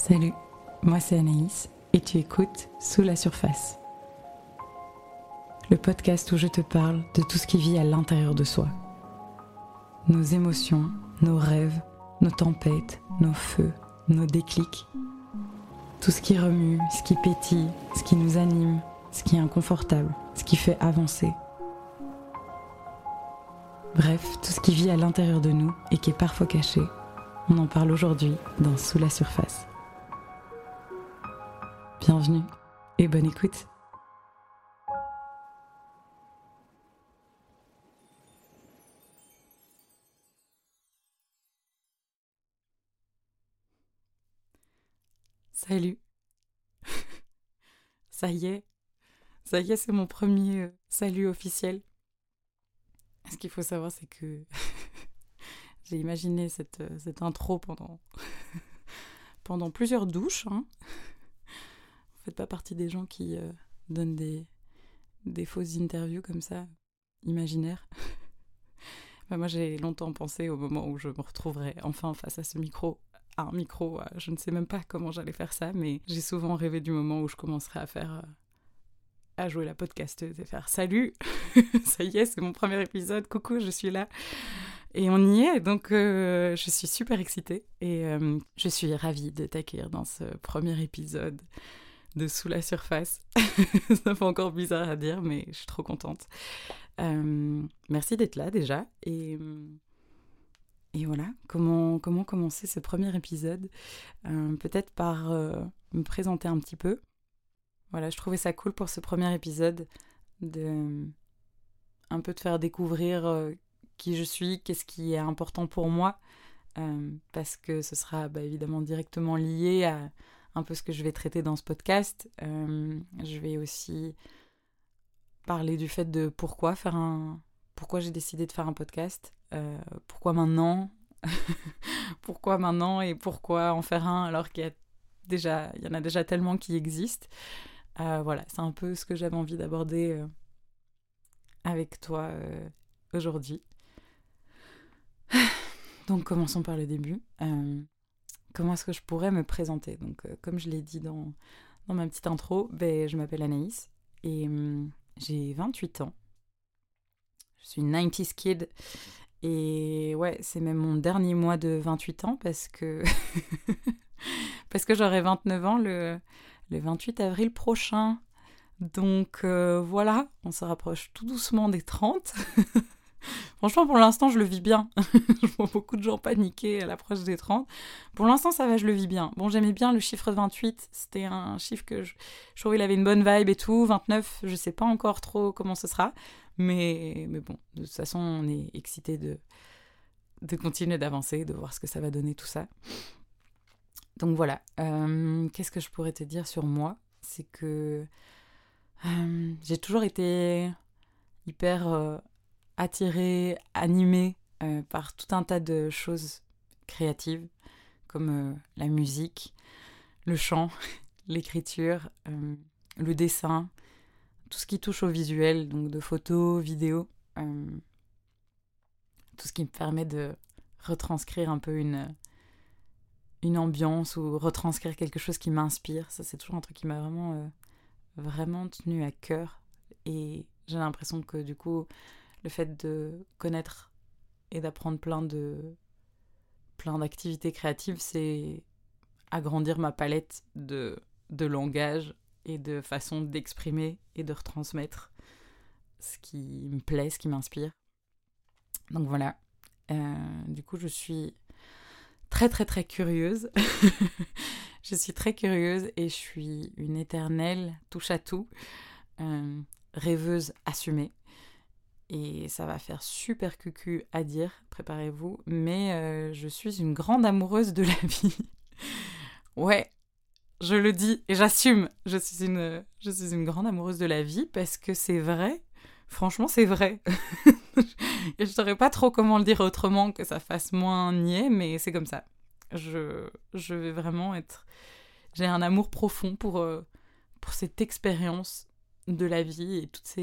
Salut, moi c'est Anaïs et tu écoutes Sous la surface. Le podcast où je te parle de tout ce qui vit à l'intérieur de soi. Nos émotions, nos rêves, nos tempêtes, nos feux, nos déclics. Tout ce qui remue, ce qui pétille, ce qui nous anime, ce qui est inconfortable, ce qui fait avancer. Bref, tout ce qui vit à l'intérieur de nous et qui est parfois caché. On en parle aujourd'hui dans Sous la surface. Bienvenue et bonne écoute. Salut. Ça y est, c'est mon premier salut officiel. Ce qu'il faut savoir, c'est que j'ai imaginé cette intro pendant plusieurs douches. Vous faites pas partie des gens qui donnent des fausses interviews comme ça, imaginaires. Moi, j'ai longtemps pensé au moment où je me retrouverai enfin face à ce micro. À un micro, je ne sais même pas comment j'allais faire ça, mais j'ai souvent rêvé du moment où je commencerai à jouer la podcasteuse et faire salut, ça y est, c'est mon premier épisode, coucou, je suis là. Et on y est, donc je suis super excitée et je suis ravie de t'accueillir dans ce premier épisode de Sous la surface. Ça fait encore bizarre à dire, mais je suis trop contente. Merci d'être là déjà et voilà, comment commencer ce premier épisode, peut-être par me présenter un petit peu. Voilà, je trouvais ça cool pour ce premier épisode de un peu te faire découvrir qui je suis, qu'est-ce qui est important pour moi, parce que ce sera évidemment directement lié à un peu ce que je vais traiter dans ce podcast. Je vais aussi parler du fait de pourquoi j'ai décidé de faire un podcast, pourquoi maintenant pourquoi maintenant et pourquoi en faire un alors qu'il y en a déjà tellement qui existent. Voilà, c'est un peu ce que j'avais envie d'aborder avec toi aujourd'hui. Donc commençons par le début. Comment est-ce que je pourrais me présenter ? Donc comme je l'ai dit dans ma petite intro, je m'appelle Anaïs et j'ai 28 ans. Je suis une 90s kid et ouais, c'est même mon dernier mois de 28 ans parce que j'aurai 29 ans le 28 avril prochain. Donc voilà, on se rapproche tout doucement des 30. Franchement, pour l'instant, je le vis bien. Je vois beaucoup de gens paniquer à l'approche des 30. Pour l'instant, ça va, je le vis bien. Bon, j'aimais bien le chiffre 28. C'était un chiffre que je trouvais il avait une bonne vibe et tout. 29, je sais pas encore trop comment ce sera. Mais bon, de toute façon, on est excités de continuer d'avancer, de voir ce que ça va donner tout ça. Donc voilà. Qu'est-ce que je pourrais te dire sur moi ? C'est que j'ai toujours été hyper attirée, animée par tout un tas de choses créatives, comme la musique, le chant, l'écriture, le dessin, tout ce qui touche au visuel, donc de photos, vidéos, tout ce qui me permet de retranscrire un peu une ambiance ou retranscrire quelque chose qui m'inspire. Ça, c'est toujours un truc qui m'a vraiment tenu à cœur. Et j'ai l'impression que du coup, le fait de connaître et d'apprendre plein d'activités créatives, c'est agrandir ma palette de langage et de façons d'exprimer et de retransmettre ce qui me plaît, ce qui m'inspire. Donc voilà. Du coup, je suis très très très curieuse. Je suis très curieuse et je suis une éternelle touche à tout, rêveuse assumée. Et ça va faire super cucu à dire, préparez-vous, mais je suis une grande amoureuse de la vie. Ouais, je le dis et j'assume, je suis une grande amoureuse de la vie parce que c'est vrai, franchement c'est vrai. Et je ne saurais pas trop comment le dire autrement que ça fasse moins niais, mais c'est comme ça. Je vais vraiment j'ai un amour profond pour cette expérience de la vie et toutes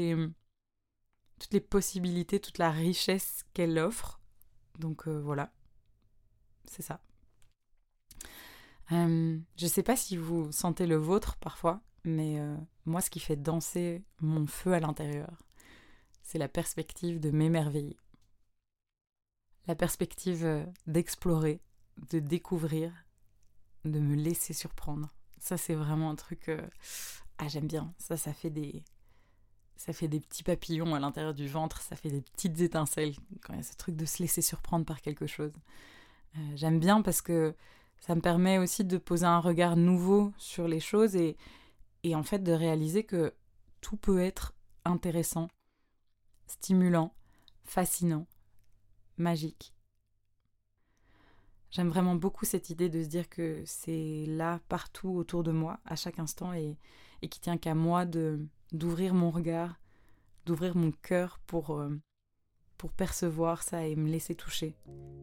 les possibilités, toute la richesse qu'elle offre. Donc voilà, c'est ça. Je sais pas si vous sentez le vôtre parfois, mais moi, ce qui fait danser mon feu à l'intérieur, c'est la perspective de m'émerveiller. La perspective d'explorer, de découvrir, de me laisser surprendre. Ça, c'est vraiment un truc... j'aime bien. Ça fait des petits papillons à l'intérieur du ventre, ça fait des petites étincelles quand il y a ce truc de se laisser surprendre par quelque chose. J'aime bien parce que ça me permet aussi de poser un regard nouveau sur les choses et en fait de réaliser que tout peut être intéressant, stimulant, fascinant, magique. J'aime vraiment beaucoup cette idée de se dire que c'est là, partout autour de moi, à chaque instant, et qu'il tient qu'à moi d'ouvrir mon regard, d'ouvrir mon cœur pour percevoir ça et me laisser toucher.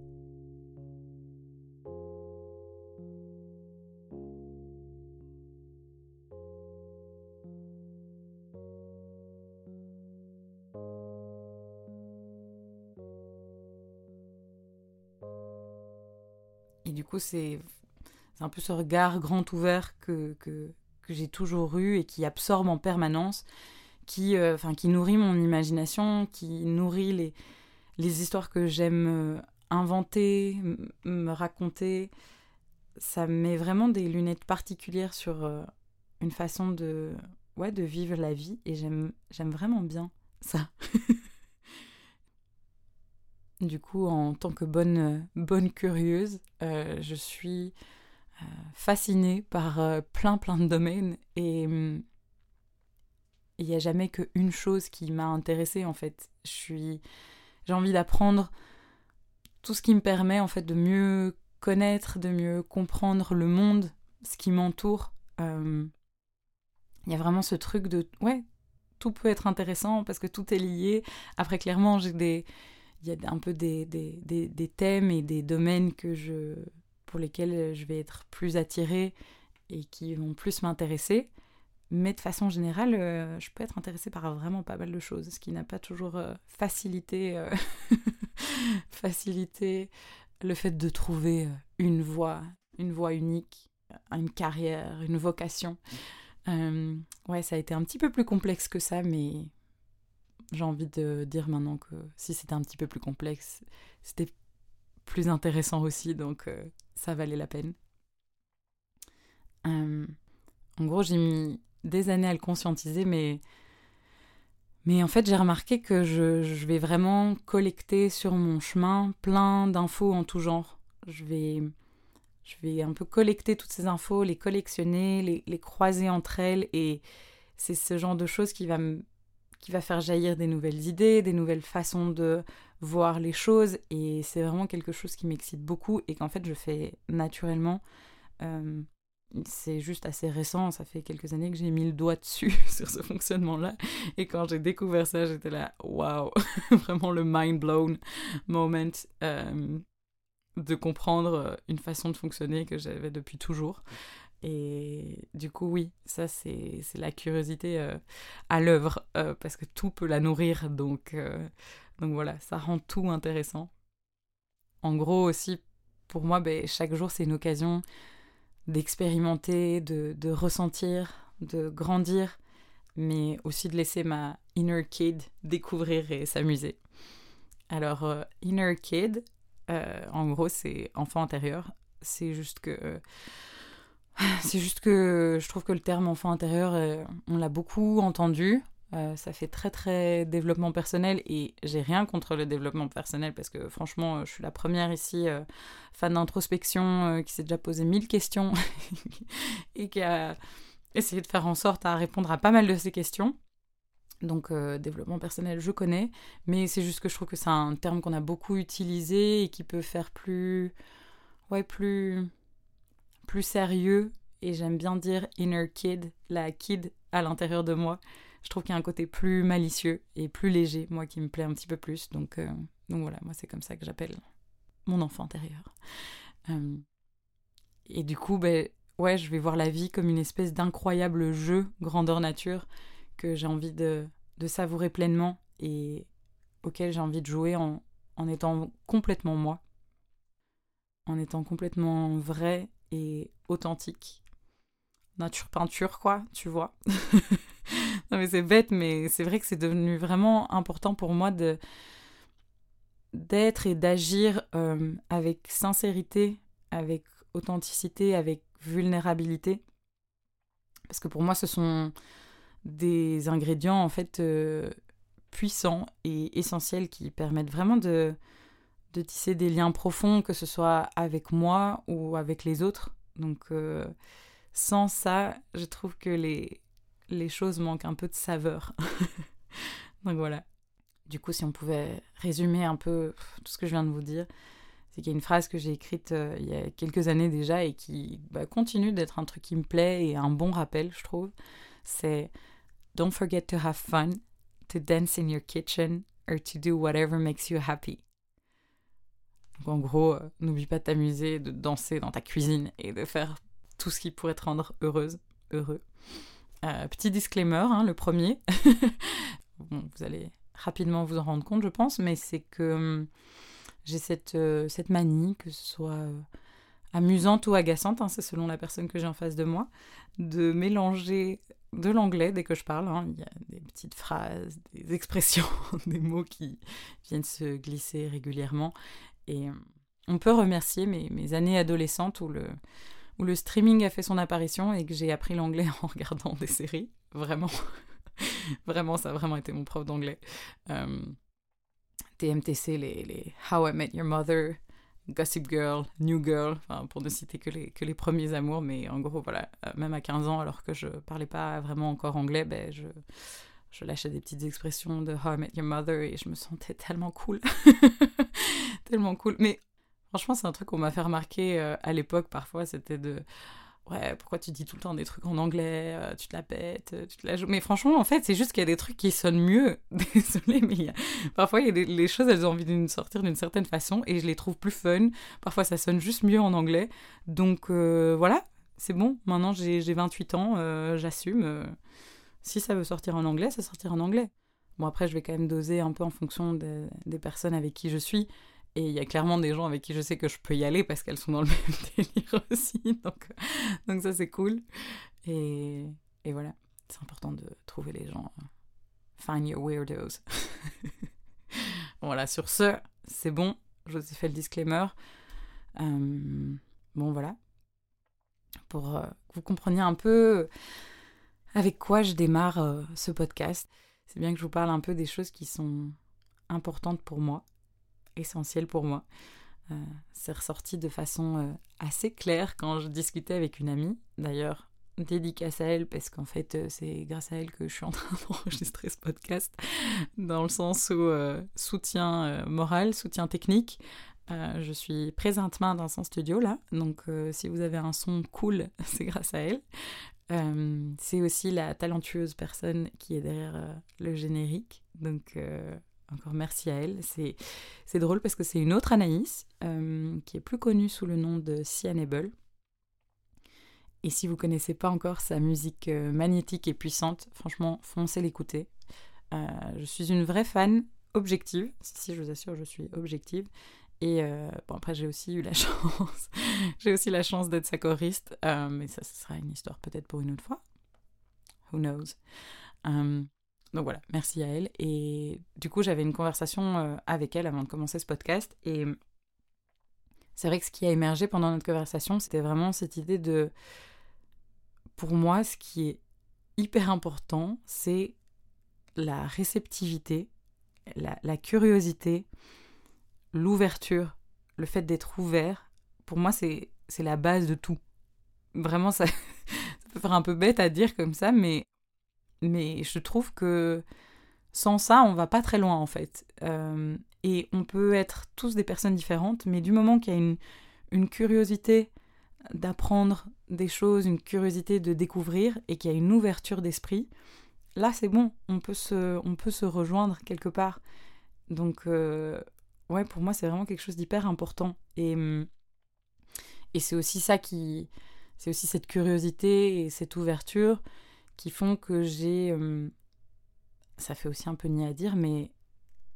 Et du coup, c'est un peu ce regard grand ouvert que j'ai toujours eu et qui absorbe en permanence, qui nourrit mon imagination, qui nourrit les histoires que j'aime inventer, me raconter. Ça met vraiment des lunettes particulières sur une façon de vivre la vie et j'aime vraiment bien ça. Du coup, en tant que bonne curieuse, je suis fascinée par plein de domaines et il n'y a jamais qu'une chose qui m'a intéressée en fait. J'ai envie d'apprendre tout ce qui me permet en fait de mieux connaître, de mieux comprendre le monde, ce qui m'entoure. Il y a vraiment ce truc de tout peut être intéressant parce que tout est lié. Après, clairement, il y a un peu des thèmes et des domaines pour lesquels je vais être plus attirée et qui vont plus m'intéresser. Mais de façon générale, je peux être intéressée par vraiment pas mal de choses, ce qui n'a pas toujours facilité le fait de trouver une voie unique, une carrière, une vocation. Ça a été un petit peu plus complexe que ça, mais j'ai envie de dire maintenant que si c'était un petit peu plus complexe, c'était plus intéressant aussi, donc ça valait la peine. En gros, j'ai mis des années à le conscientiser, mais en fait, j'ai remarqué que je vais vraiment collecter sur mon chemin plein d'infos en tout genre. Je vais un peu collecter toutes ces infos, les collectionner, les croiser entre elles, et c'est ce genre de choses qui va faire jaillir des nouvelles idées, des nouvelles façons de voir les choses, et c'est vraiment quelque chose qui m'excite beaucoup et qu'en fait je fais naturellement. C'est juste assez récent, ça fait quelques années que j'ai mis le doigt dessus sur ce fonctionnement-là, et quand j'ai découvert ça, j'étais là, waouh, vraiment le mind blown moment de comprendre une façon de fonctionner que j'avais depuis toujours. Et du coup, oui, ça c'est la curiosité à l'œuvre, parce que tout peut la nourrir, donc voilà, ça rend tout intéressant. En gros aussi, pour moi, chaque jour c'est une occasion d'expérimenter, de ressentir, de grandir, mais aussi de laisser ma inner kid découvrir et s'amuser. Alors, inner kid, en gros, c'est enfant intérieur. C'est juste que je trouve que le terme enfant intérieur, on l'a beaucoup entendu. Ça fait très très développement personnel, et j'ai rien contre le développement personnel parce que franchement je suis la première ici fan d'introspection qui s'est déjà posé 1000 questions et qui a essayé de faire en sorte à répondre à pas mal de ces questions. Donc développement personnel je connais, mais c'est juste que je trouve que c'est un terme qu'on a beaucoup utilisé et qui peut faire plus sérieux, et j'aime bien dire inner kid, la kid à l'intérieur de moi. Je trouve qu'il y a un côté plus malicieux et plus léger, moi, qui me plaît un petit peu plus. Donc voilà, moi, c'est comme ça que j'appelle mon enfant intérieur. Et du coup, je vais voir la vie comme une espèce d'incroyable jeu grandeur nature que j'ai envie de savourer pleinement et auquel j'ai envie de jouer en étant complètement moi, en étant complètement vrai et authentique. Nature peinture, quoi, tu vois. Non mais c'est bête, mais c'est vrai que c'est devenu vraiment important pour moi d'être et d'agir avec sincérité, avec authenticité, avec vulnérabilité. Parce que pour moi, ce sont des ingrédients en fait puissants et essentiels qui permettent vraiment de tisser des liens profonds, que ce soit avec moi ou avec les autres. Donc sans ça, je trouve que les choses manquent un peu de saveur. Donc voilà. Du coup, si on pouvait résumer un peu tout ce que je viens de vous dire, c'est qu'il y a une phrase que j'ai écrite il y a quelques années déjà et qui continue d'être un truc qui me plaît et un bon rappel, je trouve. C'est Don't forget to have fun, to dance in your kitchen, or to do whatever makes you happy. Donc en gros, n'oublie pas de t'amuser, de danser dans ta cuisine et de faire tout ce qui pourrait te rendre heureuse, heureux. Petit disclaimer, hein, le premier. Bon, vous allez rapidement vous en rendre compte, je pense, mais c'est que j'ai cette manie, que ce soit amusante ou agaçante, hein, c'est selon la personne que j'ai en face de moi, de mélanger de l'anglais dès que je parle. Hein. Il y a des petites phrases, des expressions, des mots qui viennent se glisser régulièrement. Et on peut remercier mes années adolescentes où le streaming a fait son apparition et que j'ai appris l'anglais en regardant des séries. Vraiment. Vraiment, ça a vraiment été mon prof d'anglais. TMTC, les How I Met Your Mother, Gossip Girl, New Girl, enfin, pour ne citer que les premiers amours, mais en gros, voilà, même à 15 ans, alors que je parlais pas vraiment encore anglais, je lâchais des petites expressions de How I Met Your Mother et je me sentais tellement cool. Tellement cool. Mais franchement, c'est un truc qu'on m'a fait remarquer à l'époque, parfois, c'était de... Ouais, pourquoi tu dis tout le temps des trucs en anglais, tu te la pètes, tu te la joues. Mais franchement, en fait, c'est juste qu'il y a des trucs qui sonnent mieux. Désolée, mais parfois, il y a les choses, elles ont envie de sortir d'une certaine façon et je les trouve plus fun. Parfois, ça sonne juste mieux en anglais. Donc, voilà, c'est bon. Maintenant, j'ai 28 ans, j'assume. Si ça veut sortir en anglais, ça sortira en anglais. Bon, après, je vais quand même doser un peu en fonction des personnes avec qui je suis. Et il y a clairement des gens avec qui je sais que je peux y aller parce qu'elles sont dans le même délire aussi. Donc ça, c'est cool. Et voilà, c'est important de trouver les gens. Find your weirdos. Voilà, sur ce, c'est bon. Je vous ai fait le disclaimer. Bon, voilà. Pour que vous compreniez un peu avec quoi je démarre ce podcast. C'est bien que je vous parle un peu des choses qui sont importantes pour moi, essentielles pour moi. C'est ressorti de façon assez claire quand je discutais avec une amie. D'ailleurs, dédicace à elle, parce qu'en fait, c'est grâce à elle que je suis en train d'enregistrer ce podcast, dans le sens où soutien moral, soutien technique. Je suis présentement dans son studio, là, donc si vous avez un son cool, c'est grâce à elle. C'est aussi la talentueuse personne qui est derrière le générique, donc... Encore merci à elle. C'est drôle parce que c'est une autre Anaïs qui est plus connue sous le nom de Cyanable. Et si vous ne connaissez pas encore sa musique magnétique et puissante, franchement, foncez l'écouter. Je suis une vraie fan objective. Si, je vous assure, je suis objective. Et bon, après, j'ai aussi eu la chance. J'ai aussi la chance d'être sa choriste. Mais ça, ce sera une histoire peut-être pour une autre fois. Who knows? Donc voilà, merci à elle. Et du coup, j'avais une conversation avec elle avant de commencer ce podcast. Et c'est vrai que ce qui a émergé pendant notre conversation, c'était vraiment cette idée de... Pour moi, ce qui est hyper important, c'est la réceptivité, la curiosité, l'ouverture, le fait d'être ouvert. Pour moi, c'est la base de tout. Vraiment, ça peut faire un peu bête à dire comme ça, mais je trouve que sans ça, on va pas très loin en fait. Et on peut être tous des personnes différentes, mais du moment qu'il y a une curiosité d'apprendre des choses, une curiosité de découvrir, et qu'il y a une ouverture d'esprit, là c'est bon, on peut se rejoindre quelque part. Donc ouais, pour moi c'est vraiment quelque chose d'hyper important. Et c'est aussi ça qui... C'est aussi cette curiosité et cette ouverture qui font que j'ai... ça fait aussi un peu niais à dire, mais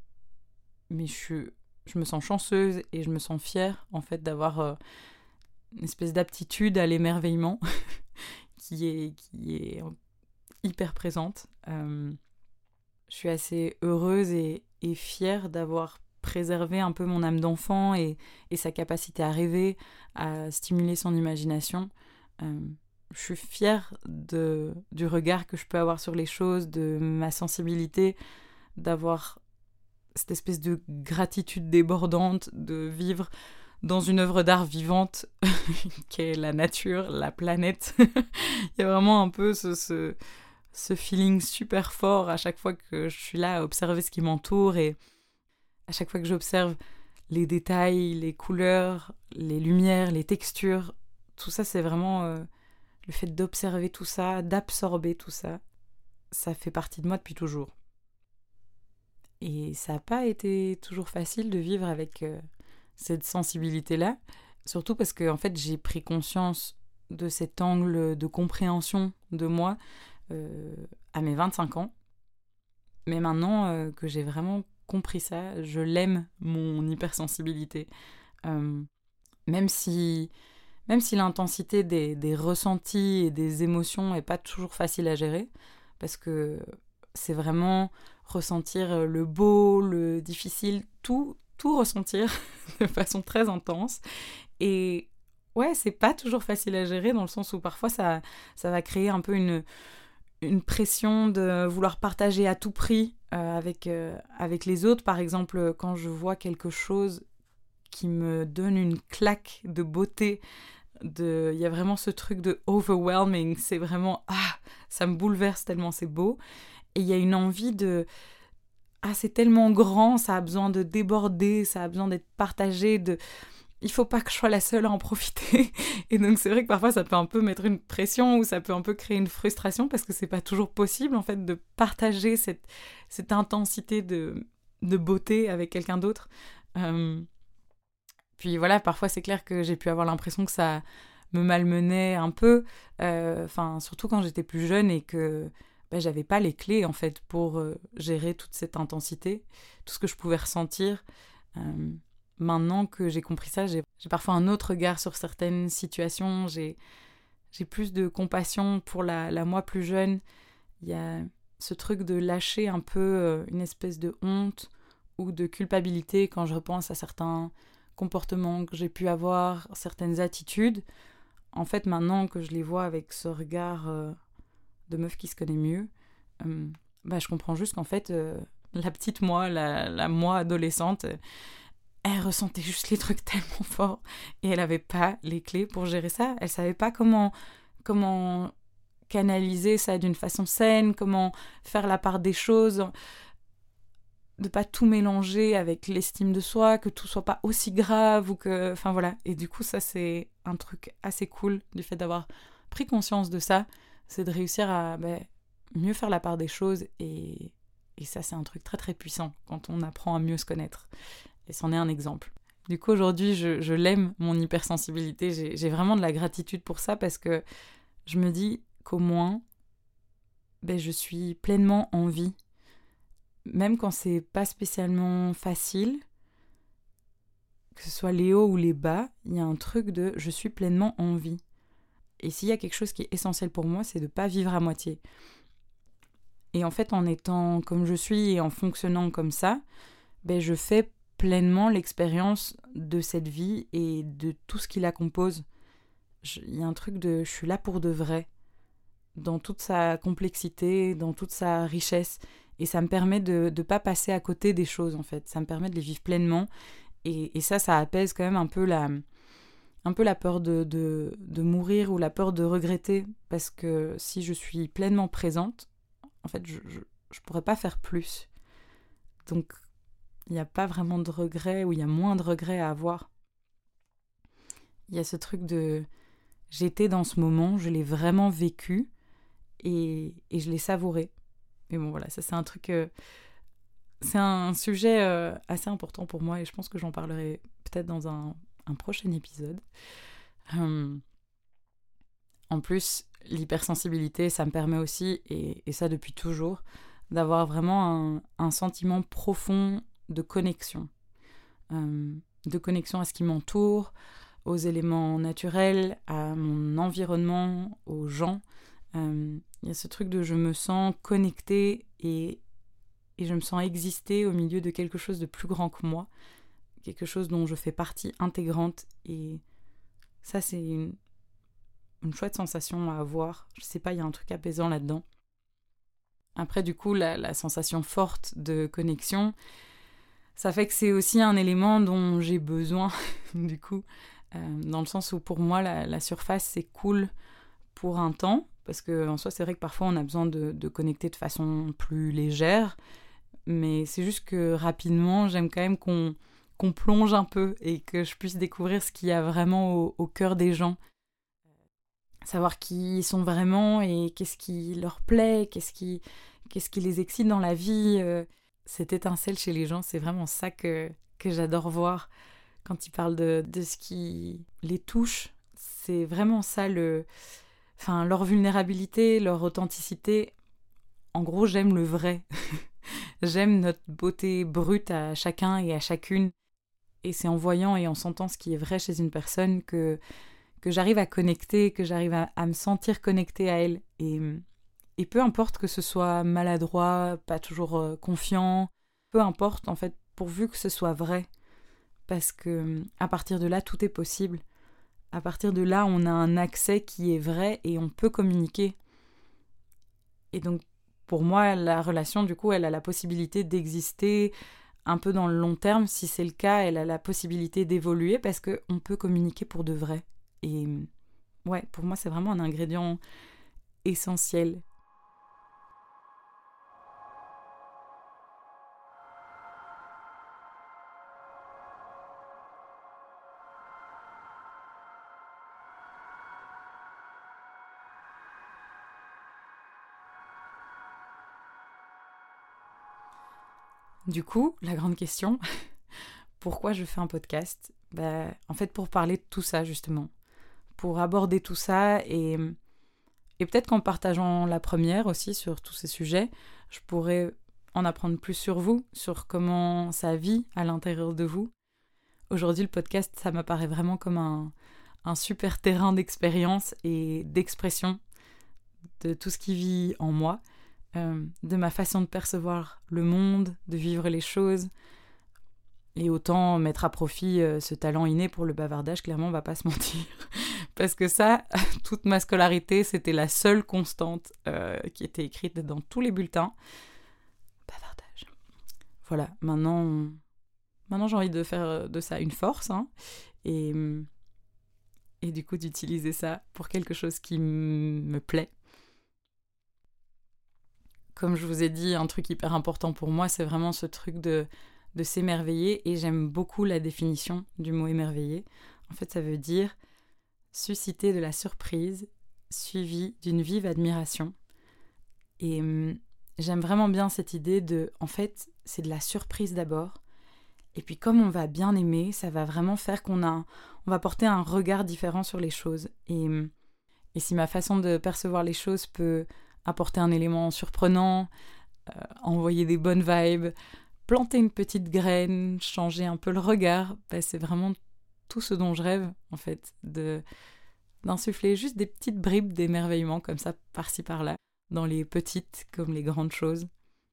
je me sens chanceuse et je me sens fière, en fait, d'avoir une espèce d'aptitude à l'émerveillement qui est hyper présente. Je suis assez heureuse et fière d'avoir préservé un peu mon âme d'enfant et sa capacité à rêver, à stimuler son imagination. Je suis fière du regard que je peux avoir sur les choses, de ma sensibilité, d'avoir cette espèce de gratitude débordante, de vivre dans une œuvre d'art vivante qui est la nature, la planète. Il y a vraiment un peu ce feeling super fort à chaque fois que je suis là à observer ce qui m'entoure et à chaque fois que j'observe les détails, les couleurs, les lumières, les textures. Tout ça, c'est vraiment le fait d'observer tout ça, d'absorber tout ça. Ça fait partie de moi depuis toujours. Et ça n'a pas été toujours facile de vivre avec cette sensibilité-là, surtout parce que en fait, j'ai pris conscience de cet angle de compréhension de moi à mes 25 ans. Mais maintenant que j'ai vraiment compris ça, je l'aime, mon hypersensibilité. Même si l'intensité des ressentis et des émotions n'est pas toujours facile à gérer, parce que c'est vraiment ressentir le beau, le difficile, tout ressentir de façon très intense. Et ouais, c'est pas toujours facile à gérer dans le sens où parfois ça va créer un peu une pression de vouloir partager à tout prix avec les autres. Par exemple, quand je vois quelque chose qui me donne une claque de beauté, il y a vraiment ce truc de overwhelming, c'est vraiment, ça me bouleverse tellement c'est beau. Et il y a une envie de, c'est tellement grand, ça a besoin de déborder, ça a besoin d'être partagé, il faut pas que je sois la seule à en profiter. Et donc c'est vrai que parfois ça peut un peu mettre une pression ou ça peut un peu créer une frustration parce que c'est pas toujours possible en fait de partager cette intensité de beauté avec quelqu'un d'autre. Puis voilà, parfois c'est clair que j'ai pu avoir l'impression que ça me malmenait un peu, surtout quand j'étais plus jeune et que j'avais pas les clés en fait pour gérer toute cette intensité, tout ce que je pouvais ressentir. Maintenant que j'ai compris ça, j'ai parfois un autre regard sur certaines situations, j'ai plus de compassion pour la moi plus jeune. Il y a ce truc de lâcher un peu une espèce de honte ou de culpabilité quand je repense à certains comportements que j'ai pu avoir, certaines attitudes. En fait, maintenant que je les vois avec ce regard de meuf qui se connaît mieux, je comprends juste qu'en fait, la petite moi, la moi adolescente, elle ressentait juste les trucs tellement forts et elle avait pas les clés pour gérer ça. Elle savait pas comment canaliser ça d'une façon saine, comment faire la part des choses, de pas tout mélanger avec l'estime de soi, que tout soit pas aussi grave ou que, voilà. Et du coup, ça c'est un truc assez cool du fait d'avoir pris conscience de ça, c'est de réussir à mieux faire la part des choses et ça c'est un truc très très puissant quand on apprend à mieux se connaître. Et c'en est un exemple. Du coup, aujourd'hui, je l'aime, mon hypersensibilité. J'ai vraiment de la gratitude pour ça parce que je me dis qu'au moins, je suis pleinement en vie. Même quand c'est pas spécialement facile, que ce soit les hauts ou les bas, il y a un truc de je suis pleinement en vie. Et s'il y a quelque chose qui est essentiel pour moi, c'est de pas vivre à moitié. Et en fait, en étant comme je suis et en fonctionnant comme ça, je fais pleinement l'expérience de cette vie et de tout ce qui la compose. Il y a un truc de je suis là pour de vrai, dans toute sa complexité, dans toute sa richesse. Et ça me permet de ne pas passer à côté des choses, en fait. Ça me permet de les vivre pleinement. Et ça apaise quand même un peu la peur de mourir ou la peur de regretter. Parce que si je suis pleinement présente, en fait, je ne pourrais pas faire plus. Donc, il n'y a pas vraiment de regrets ou il y a moins de regrets à avoir. Il y a ce truc de j'étais dans ce moment, je l'ai vraiment vécu et je l'ai savouré. Mais bon, voilà, ça c'est un truc... c'est un sujet assez important pour moi et je pense que j'en parlerai peut-être dans un prochain épisode. En plus, l'hypersensibilité, ça me permet aussi, et ça depuis toujours, d'avoir vraiment un sentiment profond de connexion. De connexion à ce qui m'entoure, aux éléments naturels, à mon environnement, aux gens. Il y a ce truc de je me sens connectée et je me sens exister au milieu de quelque chose de plus grand que moi, quelque chose dont je fais partie intégrante. Et ça, c'est une chouette sensation à avoir. Je sais pas, il y a un truc apaisant là-dedans. Après, du coup, la sensation forte de connexion, ça fait que c'est aussi un élément dont j'ai besoin, du coup, dans le sens où pour moi, la surface, c'est cool pour un temps, parce qu'en soi, c'est vrai que parfois, on a besoin de connecter de façon plus légère, mais c'est juste que rapidement, j'aime quand même qu'on plonge un peu et que je puisse découvrir ce qu'il y a vraiment au cœur des gens. Savoir qui ils sont vraiment et qu'est-ce qui leur plaît, qu'est-ce qui les excite dans la vie. Cette étincelle chez les gens, c'est vraiment ça que j'adore voir quand ils parlent de ce qui les touche. C'est vraiment ça, leur vulnérabilité, leur authenticité. En gros, j'aime le vrai. J'aime notre beauté brute à chacun et à chacune. Et c'est en voyant et en sentant ce qui est vrai chez une personne que j'arrive à connecter, que j'arrive à me sentir connectée à elle. Et peu importe que ce soit maladroit, pas toujours confiant, peu importe en fait, pourvu que ce soit vrai. Parce que à partir de là, tout est possible. À partir de là, on a un accès qui est vrai et on peut communiquer. Et donc, pour moi, la relation, du coup, elle a la possibilité d'exister un peu dans le long terme. Si c'est le cas, elle a la possibilité d'évoluer parce qu'on peut communiquer pour de vrai. Et ouais, pour moi, c'est vraiment un ingrédient essentiel. Du coup, la grande question, pourquoi je fais un podcast ? En fait, pour parler de tout ça, justement. Pour aborder tout ça et peut-être qu'en partageant la première aussi sur tous ces sujets, je pourrais en apprendre plus sur vous, sur comment ça vit à l'intérieur de vous. Aujourd'hui, le podcast, ça m'apparaît vraiment comme un super terrain d'expérience et d'expression de tout ce qui vit en moi, de ma façon de percevoir le monde, de vivre les choses, et autant mettre à profit ce talent inné pour le bavardage, clairement, on va pas se mentir. Parce que ça, toute ma scolarité, c'était la seule constante qui était écrite dans tous les bulletins. Bavardage. Voilà, maintenant j'ai envie de faire de ça une force, hein, et, et du coup d'utiliser ça pour quelque chose qui me plaît. Comme je vous ai dit, un truc hyper important pour moi, c'est vraiment ce truc de s'émerveiller, et j'aime beaucoup la définition du mot émerveiller. En fait, ça veut dire susciter de la surprise, suivie d'une vive admiration. Et j'aime vraiment bien cette idée de, en fait, c'est de la surprise d'abord. Et puis comme on va bien aimer, ça va vraiment faire on va porter un regard différent sur les choses. Et si ma façon de percevoir les choses peut apporter un élément surprenant, envoyer des bonnes vibes, planter une petite graine, changer un peu le regard, c'est vraiment tout ce dont je rêve, en fait, d'insuffler juste des petites bribes d'émerveillement comme ça, par-ci par-là, dans les petites comme les grandes choses.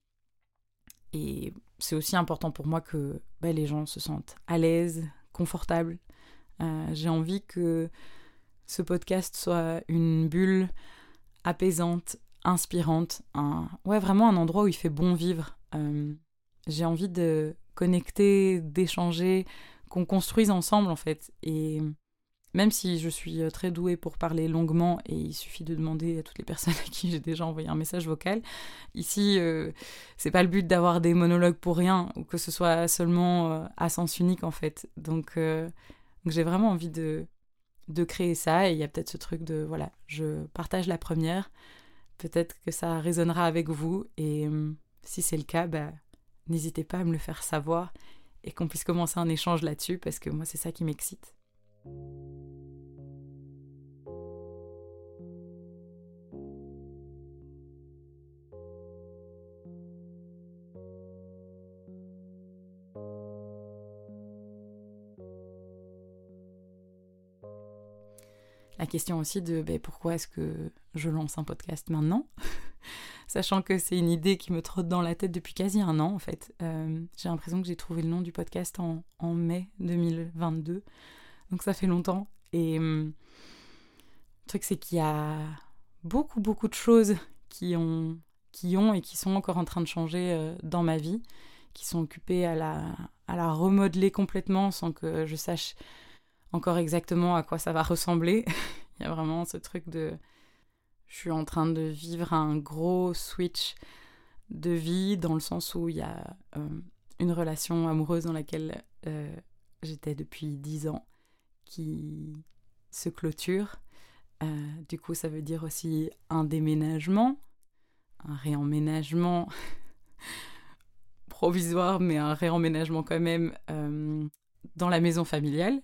Et c'est aussi important pour moi que les gens se sentent à l'aise, confortables. J'ai envie que ce podcast soit une bulle apaisante, inspirante, vraiment un endroit où il fait bon vivre. J'ai envie de connecter, d'échanger, qu'on construise ensemble en fait. Et même si je suis très douée pour parler longuement, et il suffit de demander à toutes les personnes à qui j'ai déjà envoyé un message vocal, ici, c'est pas le but d'avoir des monologues pour rien, ou que ce soit seulement à sens unique en fait. Donc j'ai vraiment envie de créer ça, et il y a peut-être ce truc de, voilà, je partage la première, peut-être que ça résonnera avec vous, et si c'est le cas, n'hésitez pas à me le faire savoir, et qu'on puisse commencer un échange là-dessus, parce que moi, c'est ça qui m'excite. la question aussi de pourquoi est-ce que je lance un podcast maintenant, sachant que c'est une idée qui me trotte dans la tête depuis quasi un an en fait. J'ai l'impression que j'ai trouvé le nom du podcast en mai 2022, donc ça fait longtemps. Et le truc c'est qu'il y a beaucoup de choses qui ont et qui sont encore en train de changer dans ma vie, qui sont occupées à la remodeler complètement sans que je sache encore exactement à quoi ça va ressembler. Il y a vraiment ce truc de... Je suis en train de vivre un gros switch de vie, dans le sens où il y a une relation amoureuse dans laquelle j'étais depuis 10 ans qui se clôture. Du coup, ça veut dire aussi un déménagement, un réemménagement provisoire, mais un réemménagement quand même dans la maison familiale.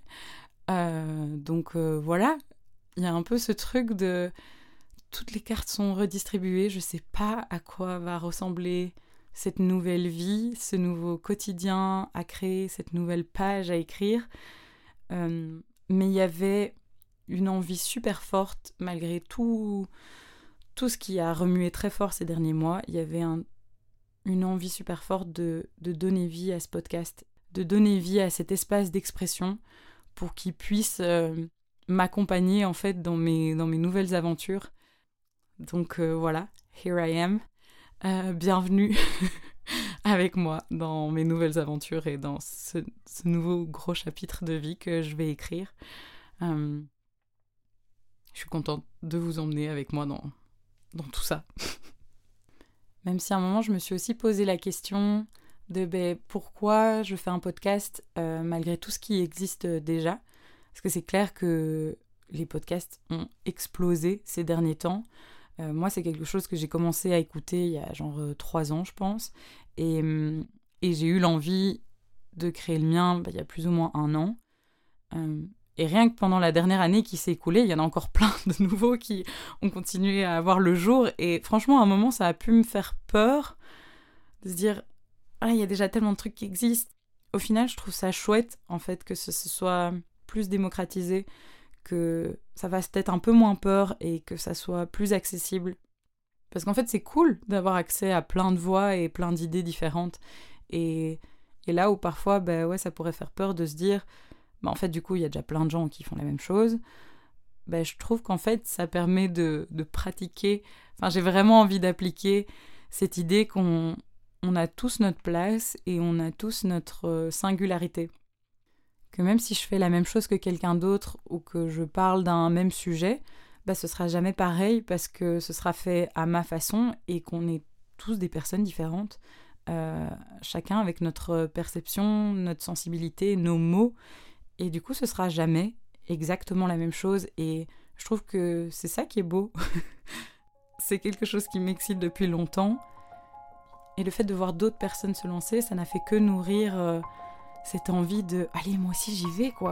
Donc voilà, il y a un peu ce truc de... Toutes les cartes sont redistribuées, je sais pas à quoi va ressembler cette nouvelle vie, ce nouveau quotidien à créer, cette nouvelle page à écrire. Mais il y avait une envie super forte, malgré tout ce qui a remué très fort ces derniers mois, il y avait une envie super forte de donner vie à ce podcast, de donner vie à cet espace d'expression pour qu'il puisse m'accompagner en fait dans mes nouvelles aventures. Donc voilà, here I am. Bienvenue avec moi dans mes nouvelles aventures et dans ce nouveau gros chapitre de vie que je vais écrire. Je suis contente de vous emmener avec moi dans tout ça. Même si à un moment, je me suis aussi posé la question de pourquoi je fais un podcast malgré tout ce qui existe déjà. Parce que c'est clair que les podcasts ont explosé ces derniers temps. Moi, c'est quelque chose que j'ai commencé à écouter il y a genre 3 ans, je pense. Et j'ai eu l'envie de créer le mien il y a plus ou moins 1 an. Et rien que pendant la dernière année qui s'est écoulée, il y en a encore plein de nouveaux qui ont continué à voir le jour. Et franchement, à un moment, ça a pu me faire peur de se dire « Ah, il y a déjà tellement de trucs qui existent ». Au final, je trouve ça chouette, en fait, que ce soit plus démocratisé, que ça fasse peut-être un peu moins peur et que ça soit plus accessible. Parce qu'en fait, c'est cool d'avoir accès à plein de voix et plein d'idées différentes. Et là où parfois, ça pourrait faire peur de se dire en fait, du coup, il y a déjà plein de gens qui font la même chose. Je trouve qu'en fait, ça permet de pratiquer. Enfin, j'ai vraiment envie d'appliquer cette idée qu'on a tous notre place et on a tous notre singularité. Que même si je fais la même chose que quelqu'un d'autre ou que je parle d'un même sujet, ce sera jamais pareil parce que ce sera fait à ma façon et qu'on est tous des personnes différentes. Chacun avec notre perception, notre sensibilité, nos mots. Et du coup, ce sera jamais exactement la même chose. Et je trouve que c'est ça qui est beau. C'est quelque chose qui m'excite depuis longtemps. Et le fait de voir d'autres personnes se lancer, ça n'a fait que nourrir cette envie de « Allez, moi aussi, j'y vais, quoi !»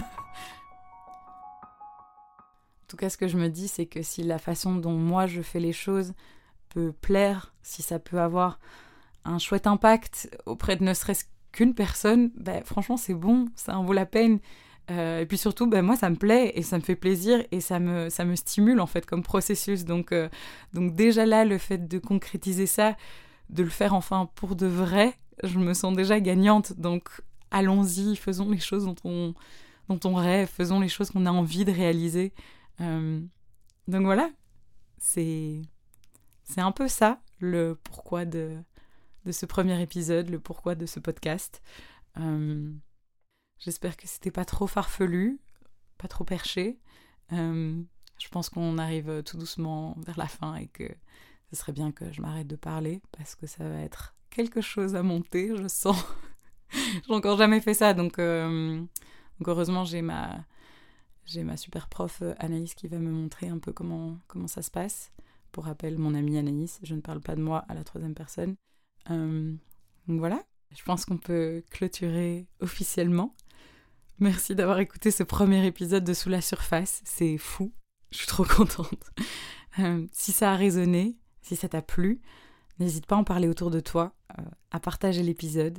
En tout cas, ce que je me dis, c'est que si la façon dont moi je fais les choses peut plaire, si ça peut avoir un chouette impact auprès de ne serait-ce qu'une personne, franchement c'est bon, ça en vaut la peine. Et puis surtout, moi ça me plaît et ça me fait plaisir et ça me stimule en fait comme processus. Donc déjà là, le fait de concrétiser ça, de le faire enfin pour de vrai, je me sens déjà gagnante. Donc allons-y, faisons les choses dont on rêve, faisons les choses qu'on a envie de réaliser. Donc voilà, c'est un peu ça le pourquoi de ce premier épisode, le pourquoi de ce podcast. J'espère que c'était pas trop farfelu, pas trop perché. Je pense qu'on arrive tout doucement vers la fin et que ce serait bien que je m'arrête de parler parce que ça va être quelque chose à monter, je sens. J'ai encore jamais fait ça, donc heureusement j'ai ma super prof Anaïs qui va me montrer un peu comment ça se passe. Pour rappel, mon amie Anaïs, je ne parle pas de moi à la 3e personne. Donc voilà, je pense qu'on peut clôturer officiellement. Merci d'avoir écouté ce premier épisode de Sous la surface, c'est fou, je suis trop contente. Si ça a résonné, si ça t'a plu, n'hésite pas à en parler autour de toi, à partager l'épisode.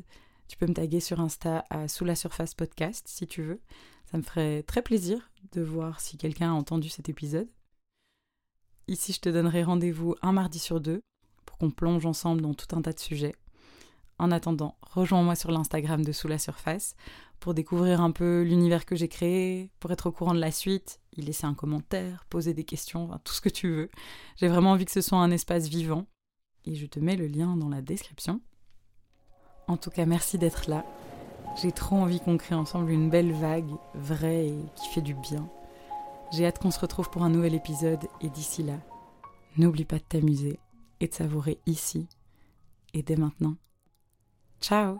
Tu peux me taguer sur Insta à Sous la Surface Podcast si tu veux. Ça me ferait très plaisir de voir si quelqu'un a entendu cet épisode. Ici, je te donnerai rendez-vous un mardi sur 2 pour qu'on plonge ensemble dans tout un tas de sujets. En attendant, rejoins-moi sur l'Instagram de Sous la Surface pour découvrir un peu l'univers que j'ai créé, pour être au courant de la suite, y laisser un commentaire, poser des questions, enfin, tout ce que tu veux. J'ai vraiment envie que ce soit un espace vivant et je te mets le lien dans la description. En tout cas, merci d'être là. J'ai trop envie qu'on crée ensemble une belle vague, vraie et qui fait du bien. J'ai hâte qu'on se retrouve pour un nouvel épisode et d'ici là, n'oublie pas de t'amuser et de savourer ici et dès maintenant. Ciao!